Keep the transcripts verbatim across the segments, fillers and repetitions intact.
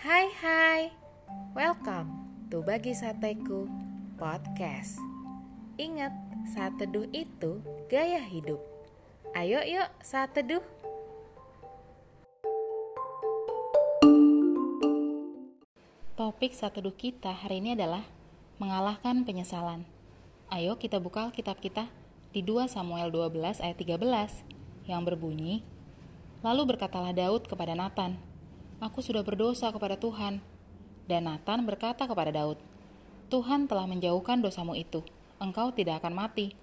Hai hai, welcome to Bagi Sateku Podcast. Ingat, saat teduh itu gaya hidup. Ayo yuk saat teduh. Topik saat teduh kita hari ini adalah mengalahkan penyesalan. Ayo kita buka Alkitab kita di dua Samuel dua belas ayat tiga belas yang berbunyi, lalu berkatalah Daud kepada Natan, aku sudah berdosa kepada Tuhan. Dan Natan berkata kepada Daud, Tuhan telah menjauhkan dosamu itu, engkau tidak akan mati.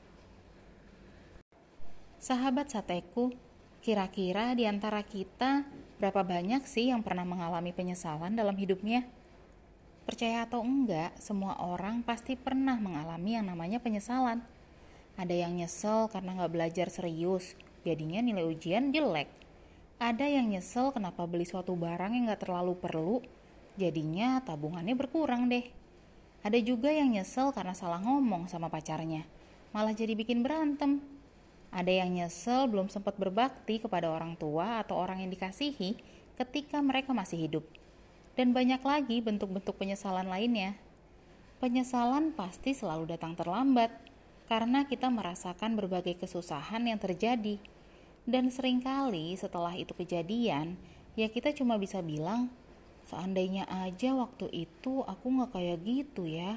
Sahabat sateku, kira-kira di antara kita berapa banyak sih yang pernah mengalami penyesalan dalam hidupnya? Percaya atau enggak, semua orang pasti pernah mengalami yang namanya penyesalan. Ada yang nyesel karena gak belajar serius, jadinya nilai ujian jelek. Ada yang nyesel kenapa beli suatu barang yang gak terlalu perlu, jadinya tabungannya berkurang deh. Ada juga yang nyesel karena salah ngomong sama pacarnya, malah jadi bikin berantem. Ada yang nyesel belum sempat berbakti kepada orang tua atau orang yang dikasihi ketika mereka masih hidup. Dan banyak lagi bentuk-bentuk penyesalan lainnya. Penyesalan pasti selalu datang terlambat, karena kita merasakan berbagai kesusahan yang terjadi. Dan seringkali setelah itu kejadian, ya kita cuma bisa bilang, seandainya aja waktu itu aku gak kayak gitu ya.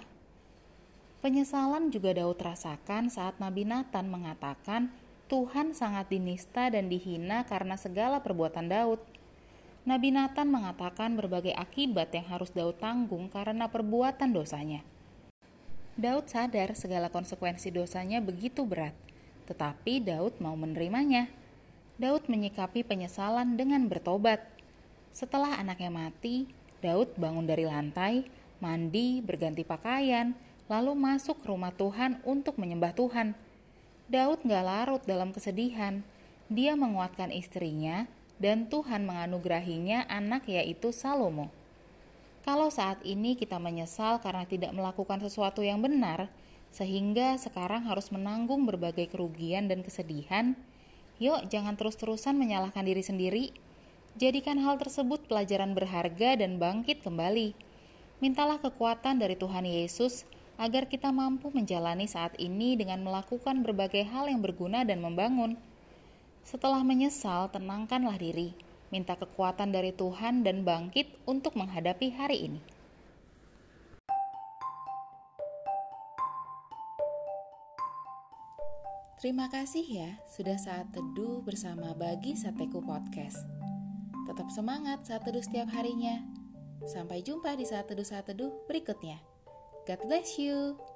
Penyesalan juga Daud rasakan saat Nabi Natan mengatakan Tuhan sangat dinista dan dihina karena segala perbuatan Daud. Nabi Natan mengatakan berbagai akibat yang harus Daud tanggung karena perbuatan dosanya. Daud sadar segala konsekuensi dosanya begitu berat, tetapi Daud mau menerimanya. Daud menyikapi penyesalan dengan bertobat. Setelah anaknya mati, Daud bangun dari lantai, mandi, berganti pakaian, lalu masuk ke rumah Tuhan untuk menyembah Tuhan. Daud gak larut dalam kesedihan. Dia menguatkan istrinya, dan Tuhan menganugerahinya anak yaitu Salomo. Kalau saat ini kita menyesal karena tidak melakukan sesuatu yang benar, sehingga sekarang harus menanggung berbagai kerugian dan kesedihan, yuk jangan terus-terusan menyalahkan diri sendiri. Jadikan hal tersebut pelajaran berharga dan bangkit kembali. Mintalah kekuatan dari Tuhan Yesus agar kita mampu menjalani saat ini dengan melakukan berbagai hal yang berguna dan membangun. Setelah menyesal, tenangkanlah diri, minta kekuatan dari Tuhan dan bangkit untuk menghadapi hari ini. Terima kasih ya sudah saat teduh bersama Bagi Sateku Podcast. Tetap semangat saat teduh setiap harinya. Sampai jumpa di saat teduh-saat teduh berikutnya. God bless you.